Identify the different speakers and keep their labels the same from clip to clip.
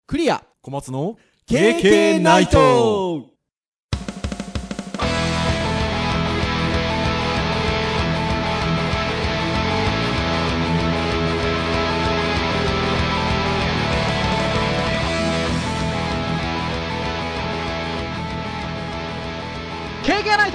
Speaker 1: クリア
Speaker 2: 小松の
Speaker 1: KK ナイト。KK ナイト。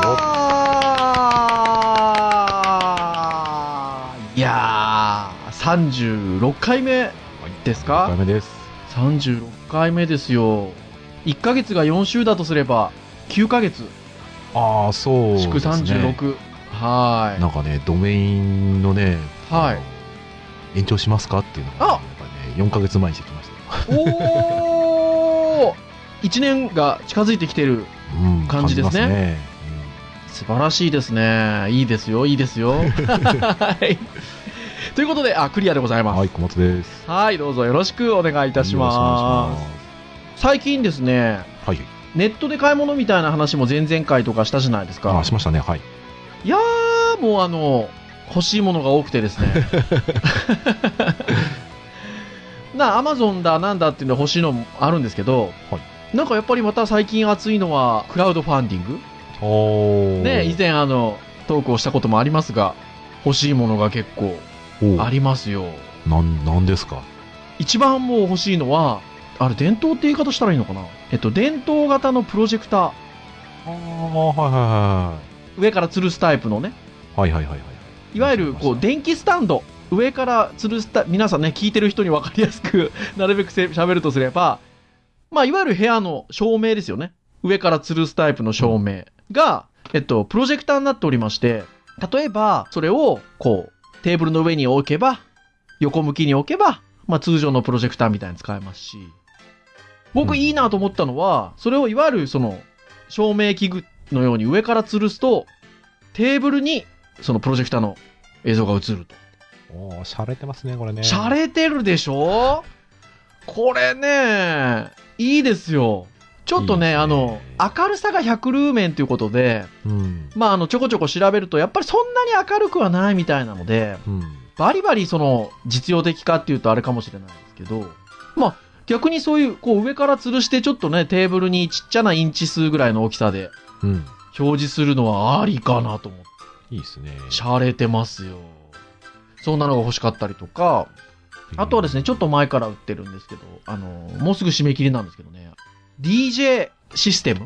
Speaker 1: いやー、36回目ですか。
Speaker 2: 6回目です。
Speaker 1: 36回目ですよ。1ヶ月が4週だとすれば9ヶ月。
Speaker 2: ああ、そうですね。
Speaker 1: 祝36。はい。
Speaker 2: なんかね、ドメインのね、
Speaker 1: はい
Speaker 2: 延長しますかっていうのが、やっぱりね、4ヶ月前にしてきましたよ。
Speaker 1: おー1年が近づいてきてる感じですね。
Speaker 2: 感じますね。
Speaker 1: 素晴らしいですね。いいですよ、いいですよ。はい。ということで、クリアでございます。
Speaker 2: はい、小松です。
Speaker 1: はい、どうぞよろしくお願いいたします。最近ですね、
Speaker 2: はい。
Speaker 1: ネットで買い物みたいな話も前々回とかしたじゃないですか。
Speaker 2: しましたね。はい。
Speaker 1: いやー、もう欲しいものが多くてですね。アマゾンだなんだっていうの欲しいのもあるんですけど、
Speaker 2: はい、
Speaker 1: なんかやっぱりまた最近熱いのはクラウドファンディング。ね、以前トークをしたこともありますが、欲しいものが結構ありますよ。
Speaker 2: なんですか。
Speaker 1: 一番もう欲しいのは、あれ電灯って言い方したらいいのかな。電灯型のプロジェクター。上から吊るすタイプのね。いわゆる電気スタンド。上から吊るす皆さんね、聞いてる人に分かりやすくなるべく喋るとすれば、いわゆる部屋の照明ですよね。上から吊るすタイプの照明が、プロジェクターになっておりまして、例えばそれをテーブルの上に置けば、横向きに置けば、通常のプロジェクターみたいに使えますし、僕いいなと思ったのは、それをいわゆるその照明器具のように上から吊るすと、テーブルにそのプロジェクターの映像が映ると。
Speaker 2: 洒落てますね、これね。
Speaker 1: 洒落てるでしょ。これね、いいですよ。ちょっとね、明るさが100ルーメンということで、ちょこちょこ調べると、やっぱりそんなに明るくはないみたいなので、バリバリその実用的かっていうとあれかもしれないですけど、逆にそういう上から吊るしてちょっとね、テーブルにちっちゃなインチ数ぐらいの大きさで表示するのはありかなと思って。
Speaker 2: いいですね。
Speaker 1: 洒落てますよ。そんなのが欲しかったりとか、あとはですね、ちょっと前から売ってるんですけど、もうすぐ締め切りなんですけどね、DJ システム。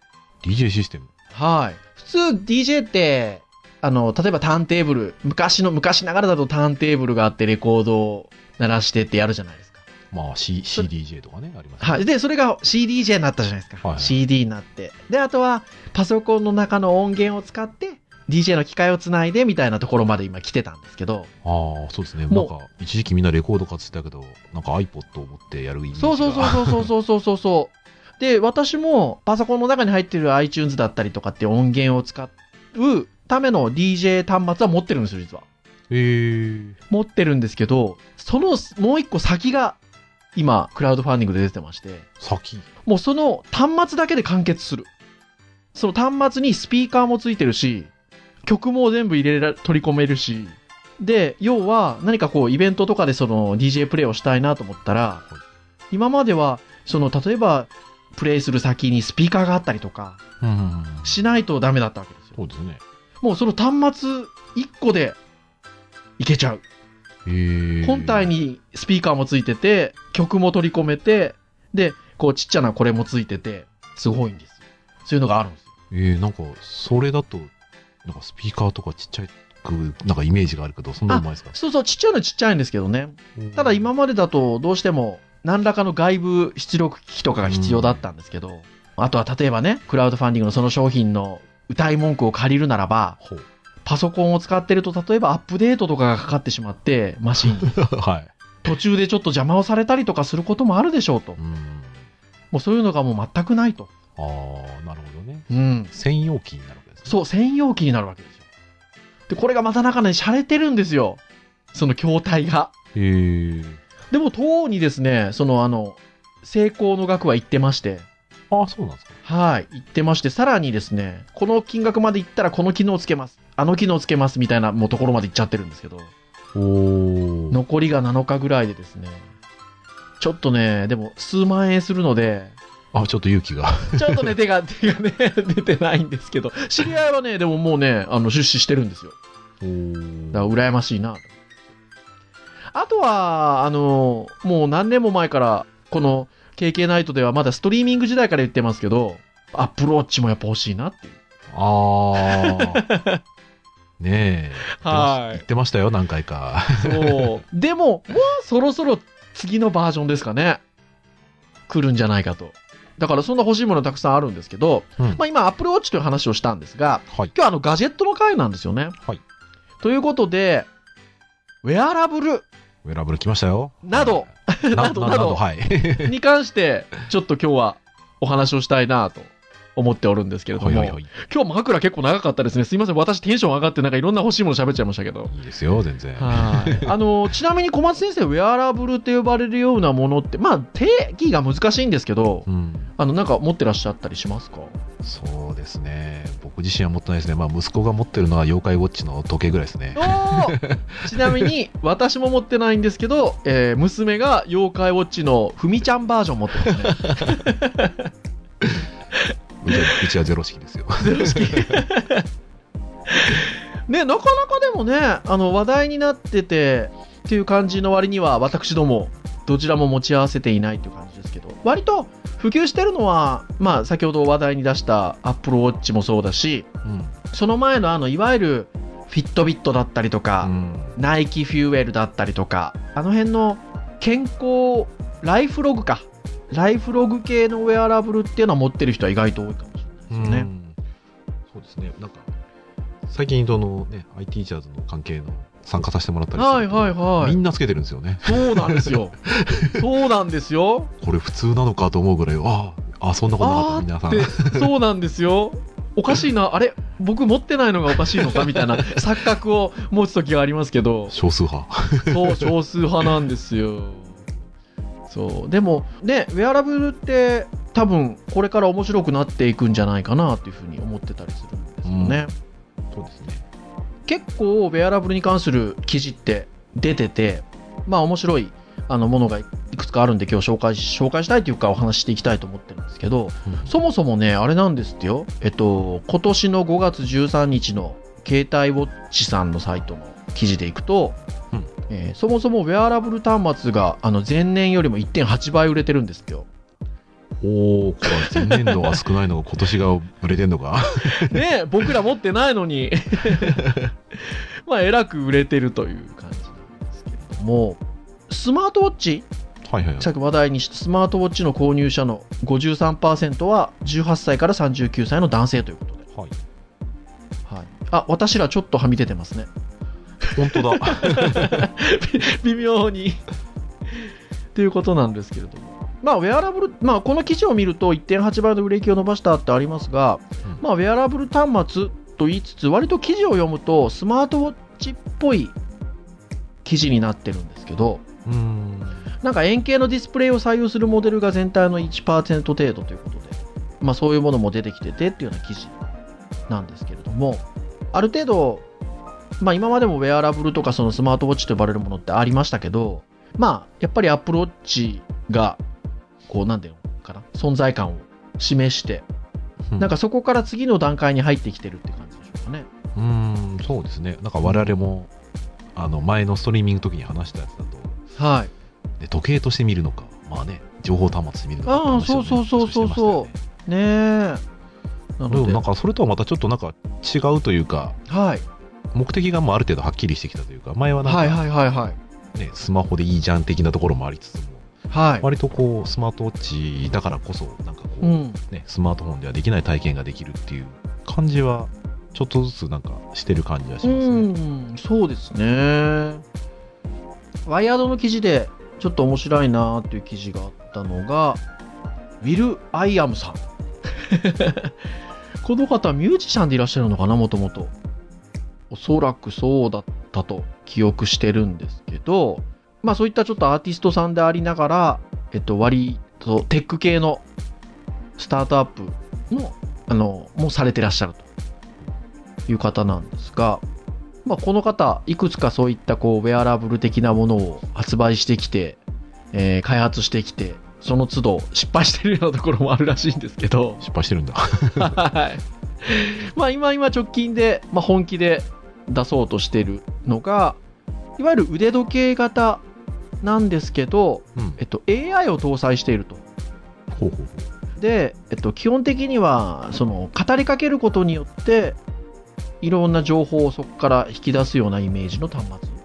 Speaker 2: DJ システム。
Speaker 1: はい。普通 DJ って、例えばターンテーブル、昔ながらだとターンテーブルがあってレコードを鳴らしてってやるじゃないですか。
Speaker 2: CDJ とかね、ありますね。
Speaker 1: はい。で、それが CDJ になったじゃないですか。CD になって。で、あとはパソコンの中の音源を使って、DJ の機械をつないでみたいなところまで今来てたんですけど。
Speaker 2: そうですね。なんか一時期みんなレコード買ってたけど、なんか iPod を持ってやるイメージが。
Speaker 1: そう。で、私もパソコンの中に入ってる iTunes だったりとかって音源を使うための DJ 端末は持ってるんですよ、実は。持ってるんですけど、そのもう一個先が今クラウドファンディングで出てまして。もうその端末だけで完結する。その端末にスピーカーもついてるし、曲も全部取り込めるし、で、要は何かイベントとかでその DJ プレイをしたいなと思ったら、今までは例えばプレイする先にスピーカーがあったりとかしないとダメだったわけですよ。
Speaker 2: そうですね。
Speaker 1: もうその端末1個でいけちゃう。本体にスピーカーもついてて、曲も取り込めて、で、ちっちゃなこれもついてて、すごいんですよ。そういうのがあるんですよ。
Speaker 2: なんかそれだとなんかスピーカーとかちっちゃいなんかイメージがあるけど、そんなうまいですか？
Speaker 1: そう、ちっちゃいのはちっちゃいんですけどね。ただ今までだとどうしても何らかの外部出力機器とかが必要だったんですけど、あとは例えばね、クラウドファンディングのその商品の歌い文句を借りるならば、パソコンを使ってると例えばアップデートとかがかかってしまって、マシンに。途中でちょっと邪魔をされたりとかすることもあるでしょうと。もうそういうのがもう全くないと。
Speaker 2: なるほどね。専用機になるわけですね。
Speaker 1: そう、専用機になるわけですよ。で、これがまた中ね、洒落てるんですよ。その筐体が。でも、とうにですね、成功の額は言ってまして。
Speaker 2: そうなんですか。
Speaker 1: はい、言ってまして、さらにですね、この金額までいったらこの機能をつけます。あの機能をつけますみたいなところまでいっちゃってるんですけど。残りが7日ぐらいでですね、 ちょっとね、でも数万円するので、
Speaker 2: ちょっと勇気が。
Speaker 1: ちょっとね、手がね、出てないんですけど、知り合いはね、でももうね、出資してるんですよ。だから羨ましいな。あとは、もう何年も前から、この KK ナイトではまだストリーミング時代から言ってますけど、アップルウォッチもやっぱ欲しいなっていう。
Speaker 2: ねえ。はい。言ってましたよ、何回か。
Speaker 1: そう。でも、もうそろそろ次のバージョンですかね。来るんじゃないかと。だからそんな欲しいものたくさんあるんですけど、今 Apple Watch という話をしたんですが、今日はガジェットの回なんですよね。ということで、ウェアラブル
Speaker 2: 来ましたよ。
Speaker 1: など、に関して、ちょっと今日はお話をしたいなと思っておるんですけれども、今日枕結構長かったですね。すいません、私テンション上がっていろんな欲しいもの喋っちゃいましたけど。
Speaker 2: いいですよ、全然。
Speaker 1: ちなみに小松先生、ウェアラブルって呼ばれるようなものって、定義が難しいんですけど、なんか持ってらっしゃったりしますか？
Speaker 2: そうですね。僕自身は持ってないですね。息子が持ってるのは妖怪ウォッチの時計ぐらいですね。
Speaker 1: ちなみに、私も持ってないんですけど、娘が妖怪ウォッチのふみちゃんバージョン持ってますね。
Speaker 2: うちはゼロ式ですよ。
Speaker 1: ゼロ式。ね、なかなかでもね、話題になっててっていう感じの割には、私どもどちらも持ち合わせていないという感じですけど、割と普及してるのは、先ほど話題に出したアップルウォッチもそうだし、その前のいわゆるフィットビットだったりとか、ナイキフューエルだったりとか、あの辺の健康ライフログ系のウェアラブルっていうのは持ってる人は意外と多いかもしれないですよね。
Speaker 2: そうですね。なんか最近IT ジャズの関係の参加させてもらったりすると、みんなつけてるんですよね。
Speaker 1: そうなんですよ。そうなんですよ。
Speaker 2: これ普通なのかと思うぐらい、そんなことなかった皆さん。
Speaker 1: そうなんですよ。おかしいな、あれ僕持ってないのがおかしいのかみたいな錯覚を持つ時がありますけど。
Speaker 2: 少数派。
Speaker 1: そう、少数派なんですよ。そうでもね、ウェアラブルって多分これから面白くなっていくんじゃないかなっていうふうに思ってたりするんですよね。
Speaker 2: そうですね。
Speaker 1: 結構ウェアラブルに関する記事って出てて、面白いものがいくつかあるんで今日紹介したいというかお話していきたいと思ってるんですけど、そもそもねあれなんですってよ。今年の5月13日の携帯ウォッチさんのサイトの記事でいくと、そもそもウェアラブル端末が前年よりも 1.8 倍売れてるんですよ。
Speaker 2: これ前年度は少ないのが今年が売れてんのか。
Speaker 1: ねえ、僕ら持ってないのにえらく売れてるという感じなんですけれども、スマートウォッチ、さっき話題にしたスマートウォッチの購入者の 53% は18歳から39歳の男性ということで、私らちょっとはみ出てますね。
Speaker 2: 本当だ。
Speaker 1: 微妙にっていうことなんですけれども、ウェアラブル、この記事を見ると 1.8 倍の売れ行きを伸ばしたってありますが、ウェアラブル端末と言いつつ、割と記事を読むとスマートウォッチっぽい記事になってるんですけど、なんか円形のディスプレイを採用するモデルが全体の 1% 程度ということで、そういうものも出てきててっていうような記事なんですけれども、ある程度今までもウェアラブルとかそのスマートウォッチと呼ばれるものってありましたけど、やっぱり Apple Watch がなんていうのかな、存在感を示して、なんかそこから次の段階に入ってきてるって感じでしょうかね。
Speaker 2: そうですね。なんか我々も前のストリーミングの時に話したやつだと、で時計として見るのか、情報端末で見るのかって話を
Speaker 1: そうねえ。
Speaker 2: なのでなんかそれとはまたちょっとなんか違うというか、目的がある程度はっきりしてきたというか、前はなんかスマホでいいじゃん的なところもありつつも、割とスマートウォッチだからこそなんかスマートフォンではできない体験ができるっていう感じはちょっとずつなんかしてる感じがしますね。
Speaker 1: そうですね。ワイヤードの記事でちょっと面白いなっていう記事があったのが、ウィル・アイアムさん。この方はミュージシャンでいらっしゃるのかな、もともと。おそらくそうだったと記憶してるんですけど、そういったちょっとアーティストさんでありながら、割とテック系のスタートアップのもされてらっしゃるという方なんですが、この方いくつかそういったウェアラブル的なものを発売してきて、 開発してきて、その都度失敗してるようなところもあるらしいんですけど。
Speaker 2: 失敗してるんだ。
Speaker 1: はい。まあ今直近で、本気で出そうとしてるのが、いわゆる腕時計型なんですけど、AI を搭載していると。
Speaker 2: ほうほうほう。
Speaker 1: で、基本的にはその語りかけることによっていろんな情報をそこから引き出すようなイメージの端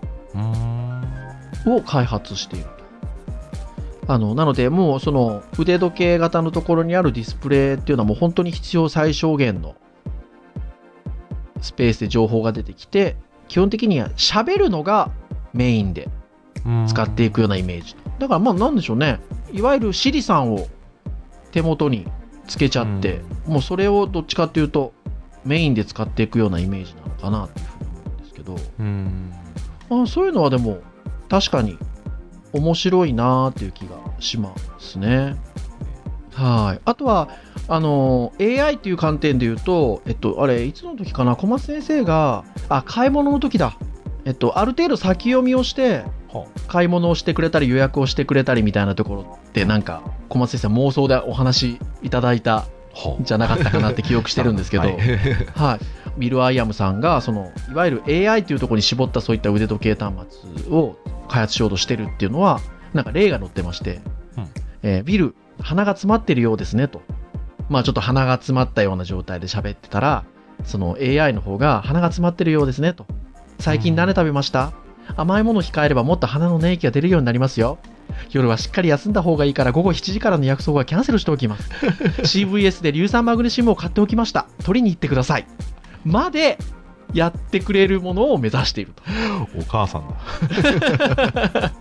Speaker 1: 末を開発していると。なのでもうその腕時計型のところにあるディスプレイっていうのはもう本当に必要最小限のスペースで情報が出てきて、基本的には喋るのがメインで使っていくようなイメージ。だからなんでしょうね、いわゆるシリさんを手元につけちゃって、もうそれをどっちかっていうとメインで使っていくようなイメージなのかなっていうふうに思うんですけど、そういうのはでも確かに面白いなっていう気がしますね。はい。あとはAI っていう観点で言うと、あれいつの時かな、小松先生が買い物の時だ、ある程度先読みをして買い物をしてくれたり予約をしてくれたりみたいなところってなんか小松先生妄想でお話いただいたじゃなかったかなって記憶してるんですけど、はい、ビル・アイアムさんがそのいわゆる AI っていうところに絞ったそういった腕時計端末を開発しようとしてるっていうのはなんか例が載ってまして、ビル鼻が詰まってるようですねと、ちょっと鼻が詰まったような状態で喋ってたら、その AI の方が鼻が詰まってるようですねと、最近何食べました？甘いものを控えればもっと鼻の粘液が出るようになりますよ。夜はしっかり休んだ方がいいから午後7時からの約束はキャンセルしておきます。CVS で硫酸マグネシウムを買っておきました。取りに行ってください。までやってくれるものを目指していると。
Speaker 2: お母さんだ。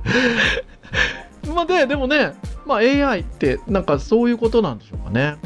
Speaker 1: でもね、AI ってなんかそういうことなんでしょうかね。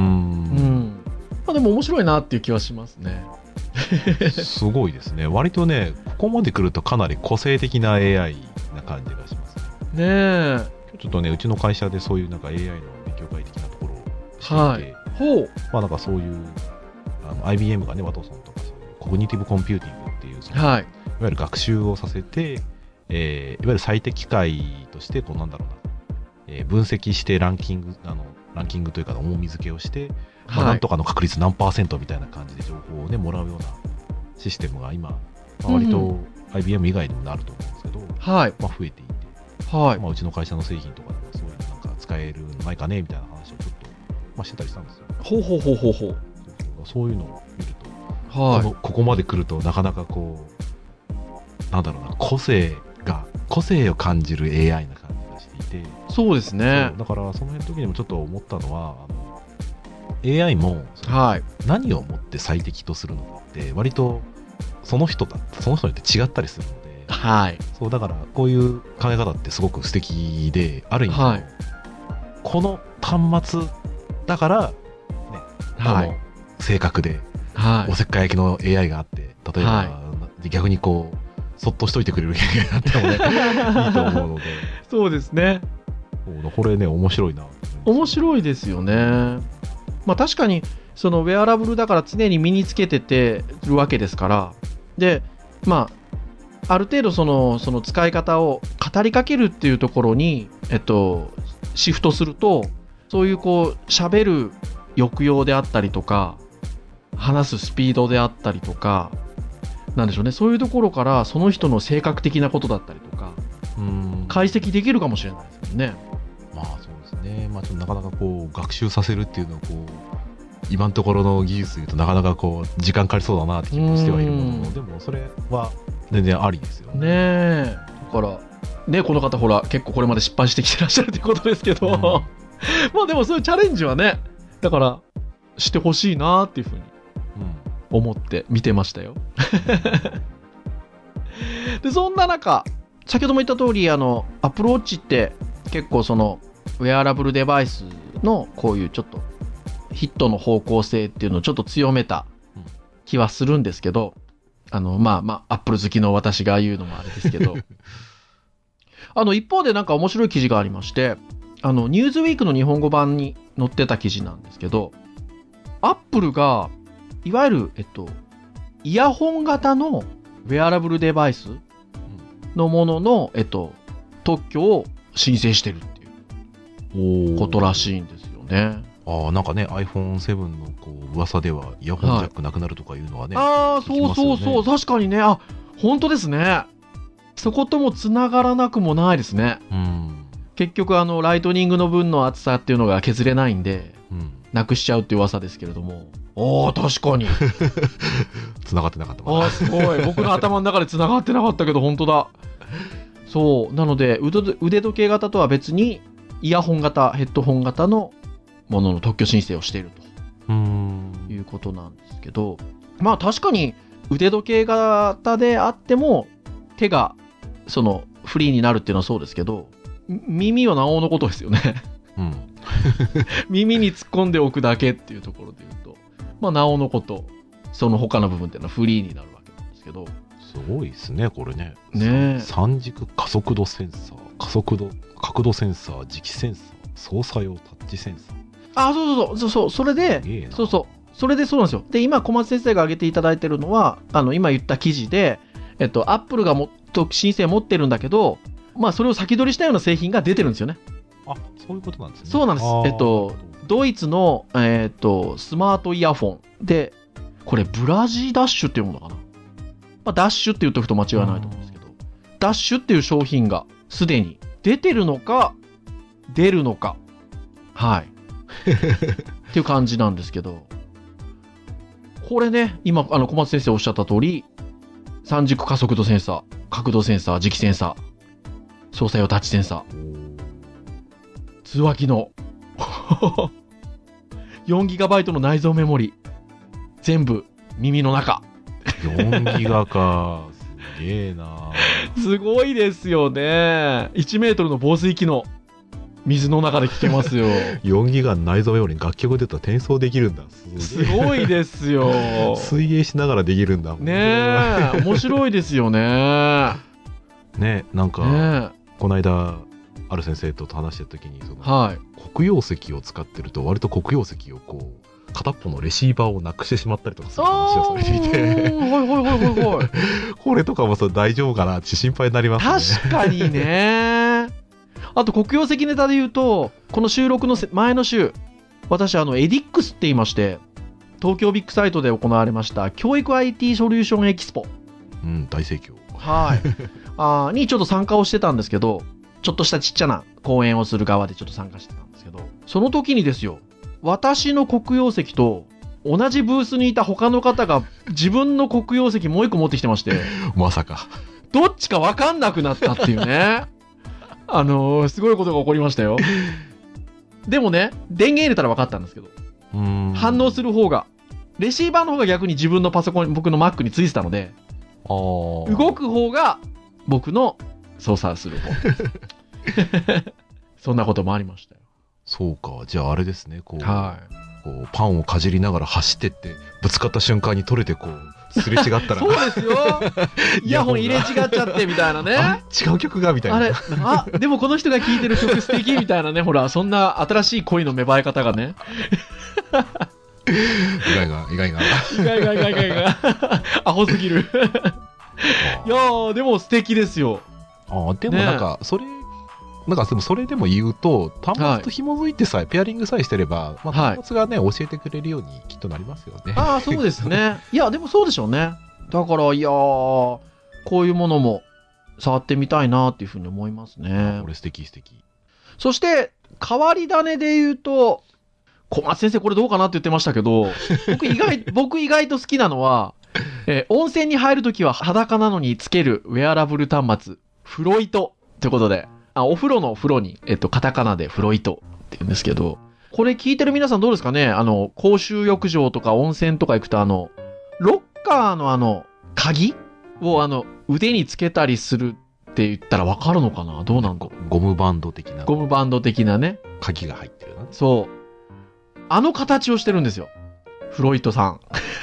Speaker 1: でも面白いなっていう気はしますね。
Speaker 2: すごいですね。割とね、ここまで来るとかなり個性的な AI な感じがしますね。
Speaker 1: ね
Speaker 2: え。ちょっとね、うちの会社でそういうなんか AI の勉強会的なところをしていて、なんかそういうIBM がね、ワトソンとかそういうコグニティブコンピューティングっていうその、いわゆる学習をさせて、いわゆる最適解としてこうなんだろうな、分析してランキングというか重み付けをして。なんとかの確率何%みたいな感じで情報をねもらうようなシステムが今、割と IBM 以外にもなると思うんですけど、増えていて、うちの会社の製品とかでもそういうなんか使えるのないかねみたいな話をちょっと、してたりしたんですよ。そういうのを見ると、ここまで来るとなかなかこうなんだろうな、個性を感じる AI な感じがしていて、
Speaker 1: そうですね。
Speaker 2: だからその辺の時にもちょっと思ったのはAI も何をもって最適とするのかって割とその人によって違ったりするので、そうだからこういう考え方ってすごく素敵で、ある意味、この端末だから、ね、この性格で、おせっかい焼きの AI があって、例えば、逆にこうそっとしといてくれる AI があってもねいいと思うので、
Speaker 1: そうですね。
Speaker 2: これね面白いな。
Speaker 1: 面白いですよね。確かにそのウェアラブルだから常に身につけててるわけですから、である程度その使い方を語りかけるっていうところにシフトすると、そういうこう喋る抑揚であったりとか話すスピードであったりとかなんでしょうね、そういうところからその人の性格的なことだったりとか解析できるかもしれないですよね。
Speaker 2: そうですね。ちょっとなかなかこう学習させるっていうのをこう今のところの技術でいうとなかなかこう時間かかりそうだなって気もしてはいるものの、でもそれは全然ありですよね。
Speaker 1: だからね、この方ほら結構これまで失敗してきてらっしゃるということですけど、でもそういうチャレンジはね、だからしてほしいなっていうふうに思って見てましたよ。でそんな中、先ほども言った通りアプローチって結構そのウェアラブルデバイスのこういうちょっとヒットの方向性っていうのをちょっと強めた気はするんですけど、アップル好きの私が言うのもあれですけど一方でなんか面白い記事がありまして、ニューズウィークの日本語版に載ってた記事なんですけど、アップルがいわゆるイヤホン型のウェアラブルデバイスのものの特許を申請してるっていうことらしいんですよね。
Speaker 2: なんかね iPhone7 のこう噂ではイヤホンジャックなくなるとかいうのはね、
Speaker 1: そうそうそう、確かにね、本当ですね。そこともつながらなくもないですね。結局ライトニングの分の厚さっていうのが削れないんで、なくしちゃうっていう噂ですけれども、確かに
Speaker 2: つながってなかった。
Speaker 1: すごい僕の頭の中でつながってなかったけど本当だ。そうなので腕時計型とは別にイヤホン型ヘッドホン型のものの特許申請をしているということなんですけど、まあ確かに腕時計型であっても手がそのフリーになるっていうのはそうですけど、耳はなおのことですよね。耳に突っ込んでおくだけっていうところで言うと、まあなおのことその他の部分っていうのはフリーになるわけなんですけど、
Speaker 2: すごいですねこれね。三軸加速度センサー、角度センサー、磁気センサー、操作用タッチセンサー。それでそれでそうなんですよ。で今小松先生が挙げていただいてるのは今言った記事でアップルが申請持ってるんだけど、まあそれを先取りしたような製品が出てるんですよね。 そういうことなんですね。
Speaker 1: そうなんです。ドイツのスマートイヤフォンで、これブラジダッシュっていうものかな。ダッシュって言っとくと間違いないと思うんですけど、ダッシュっていう商品がすでに出てるのか出るのか、っていう感じなんですけど、これね今小松先生おっしゃった通り、三軸加速度センサー、角度センサー、磁気センサー、操作用タッチセンサー、通話機能4GB の内蔵メモリ、全部耳の中。
Speaker 2: 4ギガか、すげえな。
Speaker 1: すごいですよね。1メートルの防水機能、水の中で聞けますよ。
Speaker 2: 4ギガの内蔵メモリに楽曲出たら転送できるんだ。
Speaker 1: すごいですよ。
Speaker 2: 水泳しながらできるんだ。
Speaker 1: ねえ、面白いですよね。
Speaker 2: ね、なんか、この間ある先生と話してた時に黒曜石を使ってると割と黒曜石をこう片っぽのレシーバーをなくしてしまったりとかする話をされていて、これとかも大丈夫かなって心配になりますね。
Speaker 1: 確かにね。あと黒曜石ネタで言うと、この収録の前の週、私エディックスって言いまして、東京ビッグサイトで行われました教育 IT ソリューションエキスポ、
Speaker 2: 大盛況
Speaker 1: にちょっと参加をしてたんですけど、ちょっとしたちっちゃな講演をする側でちょっと参加してたんですけど、その時にですよ、私の黒曜石と同じブースにいた他の方が自分の黒曜石もう一個持ってきてまして
Speaker 2: まさか
Speaker 1: どっちか分かんなくなったっていうね。すごいことが起こりましたよ。でもね、電源入れたら分かったんですけど、反応する方が、レシーバーの方が逆に自分のパソコン、僕の Mac についてたので、動く方が僕の操作する方。そんなこともありましたよ。
Speaker 2: そうか、じゃああれですね、こうパンをかじりながら走ってってぶつかった瞬間に取れてこうすれ違ったら
Speaker 1: そうですよ。イヤホン入れ違っちゃってみたいなね。
Speaker 2: 違う曲がみたい
Speaker 1: な。でもこの人が聴いてる曲素敵みたいなね。ほら、そんな新しい恋の芽生え方がね。
Speaker 2: 意外が
Speaker 1: アホすぎる。いやー、でも素敵ですよ。
Speaker 2: でもなんかそれ、なんかでもそれでも言うと、端末と紐づいてさえ、ペアリングさえしてれば、端末がね、教えてくれるようにきっとなりますよね。
Speaker 1: そうですね。いや、でもそうでしょうね。だから、いやー、こういうものも触ってみたいなっていうふうに思いますね。
Speaker 2: これ素敵。
Speaker 1: そして、変わり種で言うと、小松先生これどうかなって言ってましたけど、僕意外と好きなのは、温泉に入るときは裸なのにつけるウェアラブル端末、フロイトということで、お風呂の風呂に、カタカナでフロイトって言うんですけど、これ聞いてる皆さんどうですかね。公衆浴場とか温泉とか行くとロッカーの鍵を腕につけたりするって言ったらわかるのかな。どうなんだろう。
Speaker 2: ゴムバンド的
Speaker 1: なね。
Speaker 2: 鍵が入ってるな。
Speaker 1: そう。形をしてるんですよ。フロイトさん。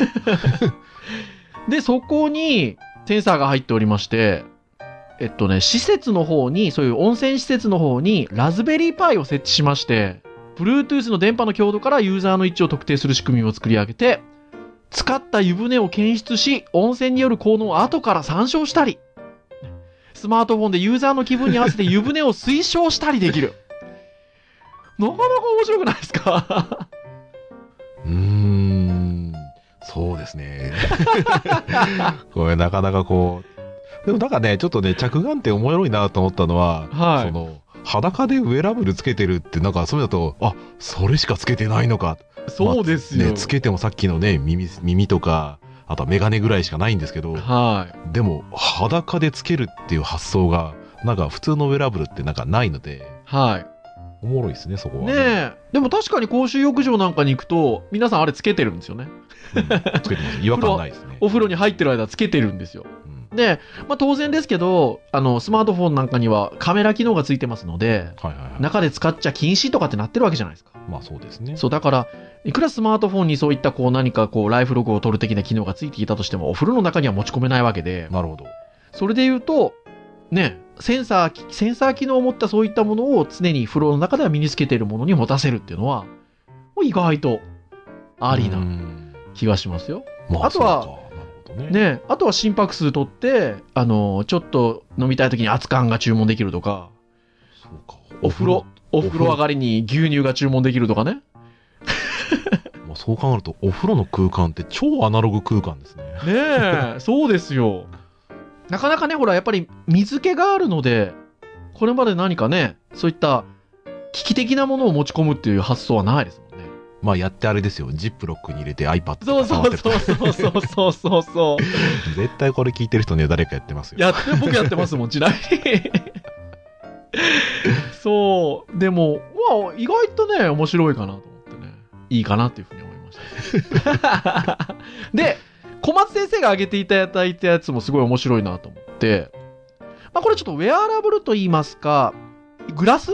Speaker 1: で、そこにセンサーが入っておりまして、施設の方に、そういう温泉施設の方にラズベリーパイを設置しまして、Bluetooth の電波の強度からユーザーの位置を特定する仕組みを作り上げて、使った湯船を検出し、温泉による効能を後から参照したり、 スマートフォンでユーザーの気分に合わせて湯船を推奨したりできる。なかなか面白くないですか？
Speaker 2: そうですね。これなかなかこう、でもなんかね、ちょっとね、着眼点おもろいなと思ったのは、はい、その、裸でウェアラブルつけてるって、なんかそういうのと、あ、それしかつけてないのか。
Speaker 1: そうですよ。
Speaker 2: まあね、つけてもさっきのね、耳とか、あとはメガネぐらいしかないんですけど、はい、でも、裸でつけるっていう発想が、なんか普通のウェアラブルってなんかないので、はい。おもろいですね、そこは。
Speaker 1: ねえ。でも確かに公衆浴場なんかに行くと、皆さんあれつけてるんですよね。
Speaker 2: つけてます。違和感ないですね。
Speaker 1: お風呂に入ってる間つけてるんですよ。で、まあ当然ですけど、スマートフォンなんかにはカメラ機能がついてますので、中で使っちゃ禁止とかってなってるわけじゃないですか。
Speaker 2: まあそうですね。
Speaker 1: そう、だから、いくらスマートフォンにそういったこう何かこうライフログを取る的な機能がついていたとしても、お風呂の中には持ち込めないわけで。
Speaker 2: なるほど。
Speaker 1: それで言うと、ね、センサー機能を持ったそういったものを常に風呂の中では身につけているものに持たせるっていうのは、意外とありな気がしますよ。あとは、ね、あとは心拍数取って、ちょっと飲みたい時に熱燗が注文できるとか、そうか、お風呂上がりに牛乳が注文できるとかね。
Speaker 2: まあそう考えると、お風呂の空間って超アナログ空間ですね。
Speaker 1: ねえ、そうですよ。なかなかね、ほら、やっぱり水気があるので、これまで何かね、そういった危機的なものを持ち込むっていう発想はないですもんね。
Speaker 2: まあやってあれですよ、ジップロックに入れて iPad とか
Speaker 1: そう。
Speaker 2: 絶対これ聞いてる人には誰かやってますよ。
Speaker 1: 僕やってますもん、ちなみに。そう。でも、まあ意外とね、面白いかなと思ってね、いいかなっていうふうに思いました。で、小松先生が挙げていただいたやつもすごい面白いなと思って、まあこれちょっとウェアラブルと言いますか、グラス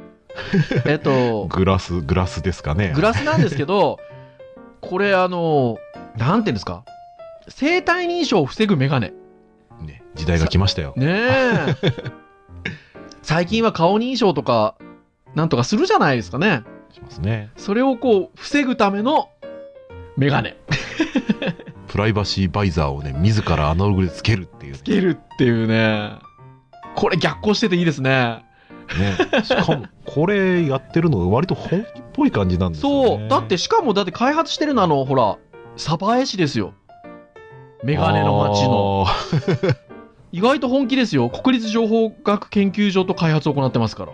Speaker 2: グラスですかね。
Speaker 1: グラスなんですけど、これなんていうんですか、生体認証を防ぐメガネ。
Speaker 2: ね、時代が来ましたよ。
Speaker 1: ねえ。最近は顔認証とか、なんとかするじゃないですかね。
Speaker 2: しますね。
Speaker 1: それをこう、防ぐためのメガネ。
Speaker 2: プライバシーバイザーをね、自らアナログでつけるっていう、ね。
Speaker 1: つけるっていうね。これ逆行してていいですね。
Speaker 2: ね。しかも、これやってるのが割と本気っぽい感じなんですよね。
Speaker 1: そう。だって開発してるのほら、鯖江市ですよ。メガネの街の。意外と本気ですよ。国立情報学研究所と開発を行ってますから。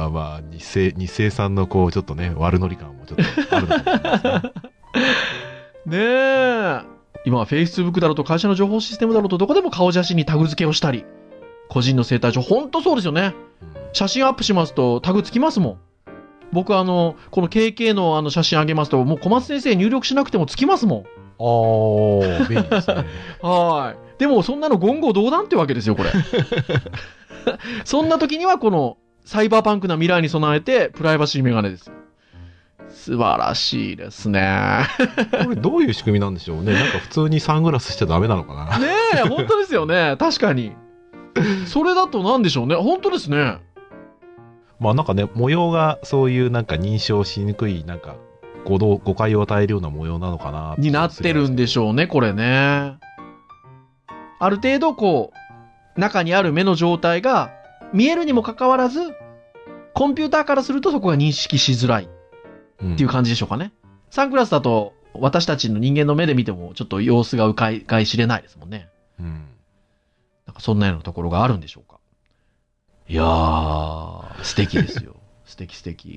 Speaker 2: まあ、日生さんのこう、ちょっとね、悪ノリ感もちょっとあるのかもしれないですね。
Speaker 1: ねえ。今は Facebook だろうと会社の情報システムだろうとどこでも顔写真にタグ付けをしたり、個人の生態上、ほんとそうですよね。写真アップしますとタグつきますもん。僕この KK の写真あげますと、もう小松先生入力しなくてもつきますもん。
Speaker 2: 便利ですね。
Speaker 1: はい。でもそんなの言語道断ってわけですよ、これ。そんな時にはこのサイバーパンクな未来に備えてプライバシーメガネですよ。素晴らしいですね。
Speaker 2: これどういう仕組みなんでしょうね。なんか普通にサングラスしちゃダメなのかな。
Speaker 1: ねえ、本当ですよね。確かに。それだとなんでしょうね。本当ですね。
Speaker 2: まあなんかね、模様がそういうなんか認証しにくい、なんか誤解を与えるような模様なのかな。
Speaker 1: になってるんでしょうね、これね。ある程度こう、中にある目の状態が見えるにもかかわらず、コンピューターからするとそこが認識しづらい。っていう感じでしょうかね。サングラスだと私たちの人間の目で見てもちょっと様子がうかがい知れないですもんね。なんかそんなようなところがあるんでしょうか。いやー、素敵ですよ。素敵。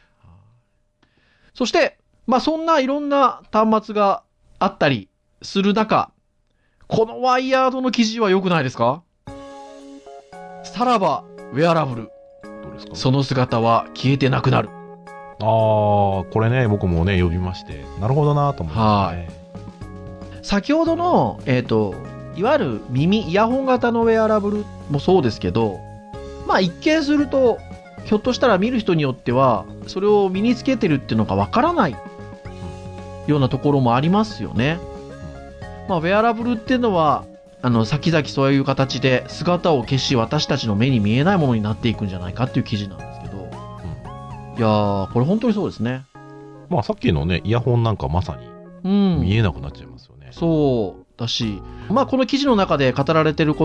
Speaker 1: そして、まあそんないろんな端末があったりする中、このワイヤードの記事は良くないですか？さらばウェアラブル。どうですか？その姿は消えてなくなる。
Speaker 2: これね、僕もね、呼びまして、なるほどなと思いましたね。
Speaker 1: 先ほどの、いわゆるイヤホン型のウェアラブルもそうですけど、まあ一見すると、ひょっとしたら見る人によっては、それを身につけてるっていうのがわからないようなところもありますよね。まあウェアラブルっていうのは、先々そういう形で姿を消し、私たちの目に見えないものになっていくんじゃないかっていう記事なんです。いやー、これ本当にそうですね。
Speaker 2: まあさっきのね、イヤホンなんかまさに見えなくなっちゃいますよね。
Speaker 1: そうだし、まあこの記事の中で語られてること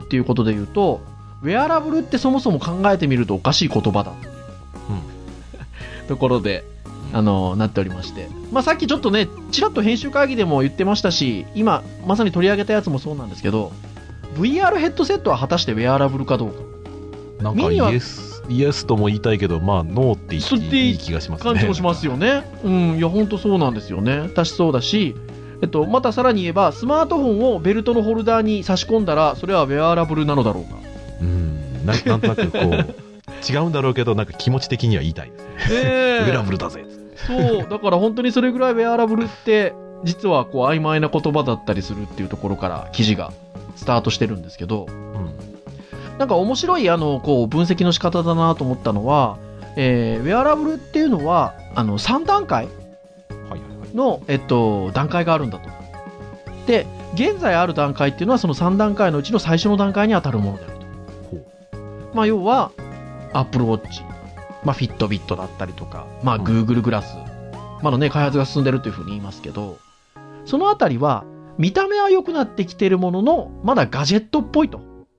Speaker 1: っていうことで言うと、ウェアラブルってそもそも考えてみるとおかしい言葉だという、ところで、なっておりまして。まあさっきちょっとね、ちらっと編集会議でも言ってましたし、今、まさに取り上げたやつもそうなんですけど、VR ヘッドセットは果たしてウェアラブルかどうか。
Speaker 2: なんかイエスとも言いたいけど、まあノーって言っていい気がしますね。
Speaker 1: 感じもしますよね。いや本当そうなんですよね。確そうだし、またさらに言えばスマートフォンをベルトのホルダーに差し込んだらそれはウェアラブルなのだろうか。
Speaker 2: なんとなくこう違うんだろうけど、なんか気持ち的には言いたいですね。ウェアラブルだぜ。
Speaker 1: そうだから本当にそれぐらいウェアラブルって実はこう曖昧な言葉だったりするっていうところから記事がスタートしてるんですけど。なんか面白いこう分析の仕方だなと思ったのは、ウェアラブルっていうのは3段階の、段階があるんだと。で現在ある段階っていうのはその3段階のうちの最初の段階に当たるものであると。まあ要は Apple Watch、まあ、Fitbit だったりとか、まあ、Google グラス、まだね開発が進んでるというふうに言いますけど、そのあたりは見た目は良くなってきてるもののまだガジェットっぽいと。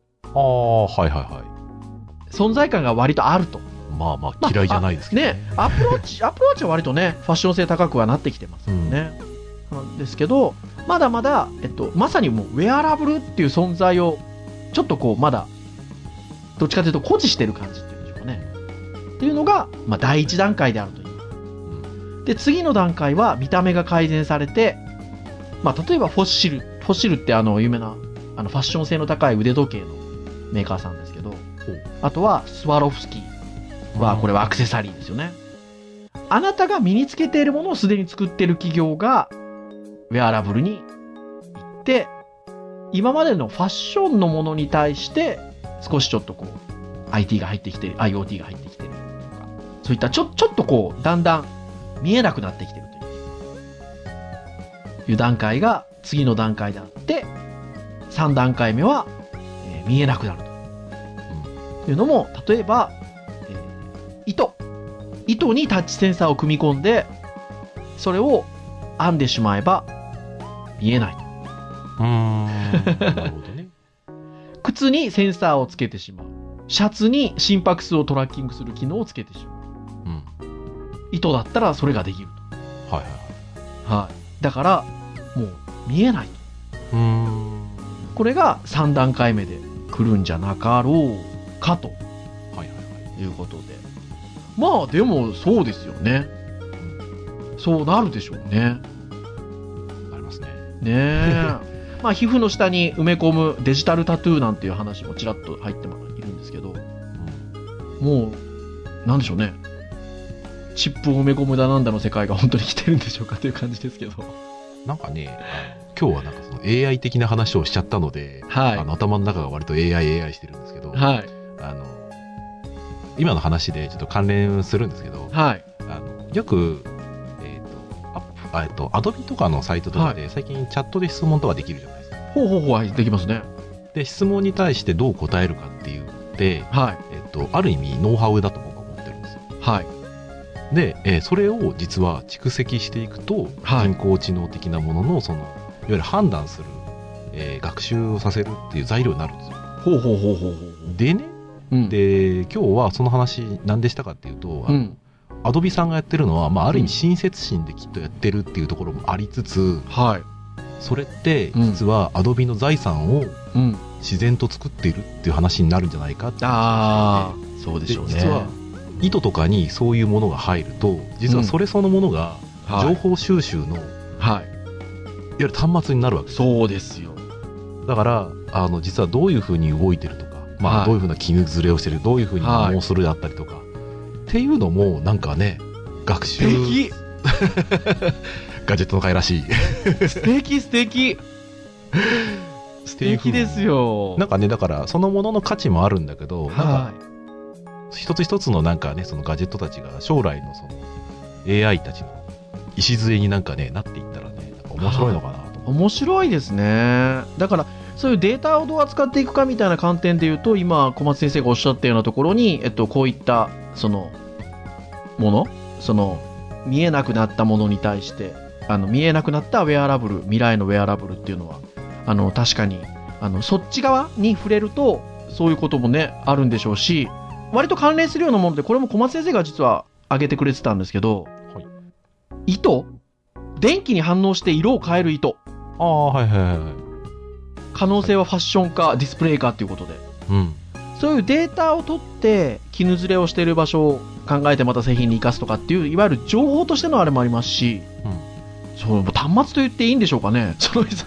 Speaker 1: 存在感が割とあると。
Speaker 2: まあ嫌いじゃないですけどね。
Speaker 1: アプローチは割とねファッション性高くはなってきてますよね。なんですけどまだまだ、まさにもうウェアラブルっていう存在をちょっとこうまだどっちかというと誇示してる感じっていうんでしょうかね。っていうのが、まあ、第一段階であるという。で次の段階は見た目が改善されて、まあ、例えばフォッシルって有名なファッション性の高い腕時計のメーカーさんですけど、あとはスワロフスキーはこれはアクセサリーですよね。あなたが身につけているものをすでに作っている企業がウェアラブルに行って今までのファッションのものに対して少しちょっとこう IT が入ってきてる IoT が入ってきてるとか、そういったちょっとこうだんだん見えなくなってきてるという段階が次の段階であって、3段階目は見えなくなるというのも、例えば、糸にタッチセンサーを組み込んでそれを編んでしまえば見えないと。
Speaker 2: なるほどね。
Speaker 1: 靴にセンサーをつけてしまう、シャツに心拍数をトラッキングする機能をつけてしまう、糸だったらそれができると。だからもう見えないと。これが3段階目で来るんじゃなかろうかということで、まあでもそうですよね。そうなるでしょうね。
Speaker 2: なりますね。
Speaker 1: ねえ。まあ皮膚の下に埋め込むデジタルタトゥーなんていう話もちらっと入っているんですけど、もうなんでしょうね。チップを埋め込むだなんだの世界が本当に来てるんでしょうかという感じですけど。
Speaker 2: なんかね、今日はなんかその AI 的な話をしちゃったので、頭の中が割と AI してるんですけど、今の話でちょっと関連するんですけど、よく、アドビとかのサイトとかで最近チャットで質問とかできるじゃないですか。
Speaker 1: できますね。
Speaker 2: で質問に対してどう答えるかっていうって、ある意味ノウハウだと僕は思ってるんですよ。で、それを実は蓄積していくと、人工知能的なもののそのいわゆる判断する、学習をさせるっていう材料になるんですよ。でね、で今日はその話何でしたかっていうと、アドビさんがやってるのは、まあ、ある意味親切心できっとやってるっていうところもありつつ、それって実はアドビの財産を自然と作っているっていう話になるんじゃないかっていう話で、
Speaker 1: そうでしょうね。
Speaker 2: 実は糸とかにそういうものが入ると、実はそれそのものが情報収集の、いわゆる端末になるわけです。
Speaker 1: そうですよ。
Speaker 2: だから実はどういうふうに動いてるとか、まあ、どういうふうな絹ずれをしてる、どういうふうにもうするだったりとか、っていうのもなんかね、学習ガジェットの会らしい。
Speaker 1: 素敵ですよ。
Speaker 2: なんかね、だからそのものの価値もあるんだけど、なんか一つ一つのなんかね、そのガジェットたちが将来のその AI たちの礎になんかねなっていったらね、なんか面白いのかなと。
Speaker 1: 面白いですね。だからそういうデータをどう扱っていくかみたいな観点でいうと、今小松先生がおっしゃったようなところに、こういったそのもの、その見えなくなったものに対して見えなくなったウェアラブル、未来のウェアラブルっていうのは確かにそっち側に触れるとそういうこともねあるんでしょうし、割と関連するようなもので、これも小松先生が実は挙げてくれてたんですけど、はい、糸、電気に反応して色を変える糸、
Speaker 2: はいはいはい、
Speaker 1: 可能性はファッションかディスプレイかっていうことで、そういうデータを取って絹ずれをしている場所を考えてまた製品に生かすとかっていういわゆる情報としてのあれもありますし、そう端末と言っていいんでしょうかね。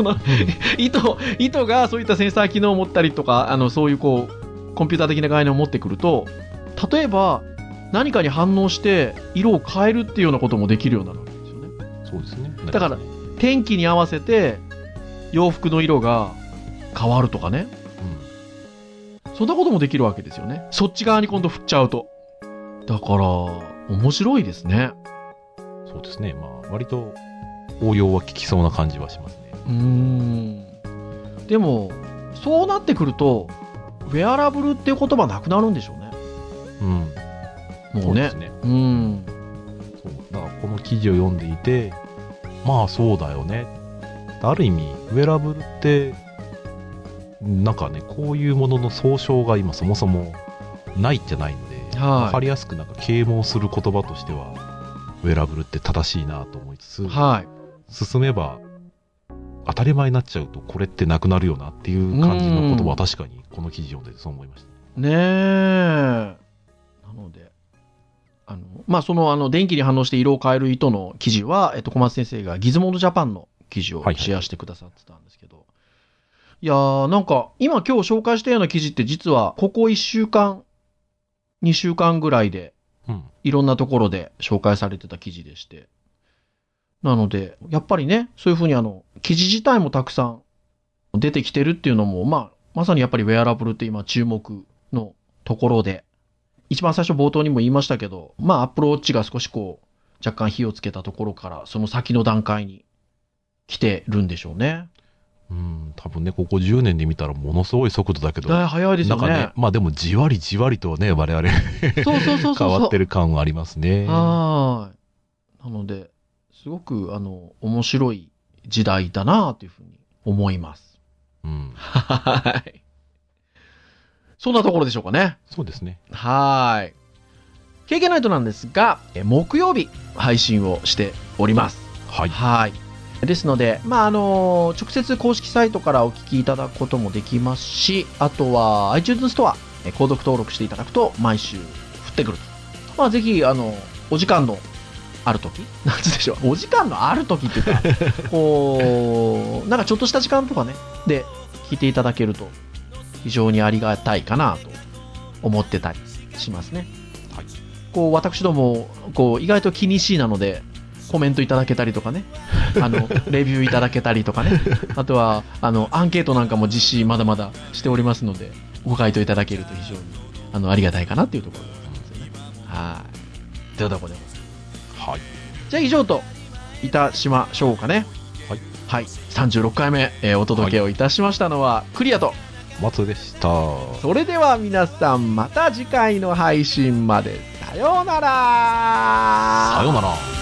Speaker 1: 糸がそういったセンサー機能を持ったりとか、そういうコンピューター的な概念を持ってくると、例えば何かに反応して色を変えるっていうようなこともできるようになるわけですよね。
Speaker 2: そうですね。
Speaker 1: だから天気に合わせて洋服の色が変わるとかね、そんなこともできるわけですよね。そっち側に今度振っちゃうと。だから面白いですね。
Speaker 2: そうですね。割と応用は効きそうな感じはしますね。
Speaker 1: でもそうなってくるとウェアラブルっていう言葉なくなるんでしょうね。もうね。そうですね。
Speaker 2: そうだからこの記事を読んでいて、そうだよね。ある意味ウェアラブルってなんかね、こういうものの総称が今そもそもないじゃないので、分かりやすくなんか啓蒙する言葉としてはウェアラブルって正しいなと思いつつ、進めば当たり前になっちゃうとこれってなくなるよなっていう感じの言葉は確かにこの記事読んでそう思いました
Speaker 1: ね。なのでその電気に反応して色を変える糸の記事は、小松先生がギズモードジャパンの記事をシェアしてくださってたんですけど、いやー、なんか今日紹介したような記事って実はここ1週間2週間ぐらいでいろんなところで紹介されてた記事でして、なのでやっぱりね、そういうふうに記事自体もたくさん出てきてるっていうのも、まさにやっぱりウェアラブルって今注目のところで、一番最初冒頭にも言いましたけど、アップルウォッチが少し若干火をつけたところからその先の段階に来てるんでしょうね。
Speaker 2: 多分ね、ここ10年で見たらものすごい速度だけど、
Speaker 1: 早いですよね。
Speaker 2: なんかね、でもじわりじわりとね、我々変わってる感はありますね。な
Speaker 1: ので、すごく面白い時代だなというふうに思います。はい。そんなところでしょうかね。
Speaker 2: そうですね。
Speaker 1: はい。KK ナイトなんですが、木曜日配信をしております。はい。ですので、直接公式サイトからお聞きいただくこともできますし、あとは iTunes ストア、購読登録していただくと毎週降ってくると。ぜひ、お時間のある時、なんつうでしょう、お時間のある時っていうか、なんかちょっとした時間とかね、で聞いていただけると非常にありがたいかなと思ってたりしますね。私ども、意外と気にしいなので、コメントいただけたりとかね、レビューいただけたりとかね、あとはアンケートなんかも実施まだまだしておりますので、ご回答いただけると非常にありがたいかなっていうところですよね。はい。というところで、じゃあ以上といたしましょうかね。はい。36回目、お届けをいたしましたのはクリアと
Speaker 2: 松でした。
Speaker 1: それでは皆さんまた次回の配信まで。さようなら。
Speaker 2: さようなら。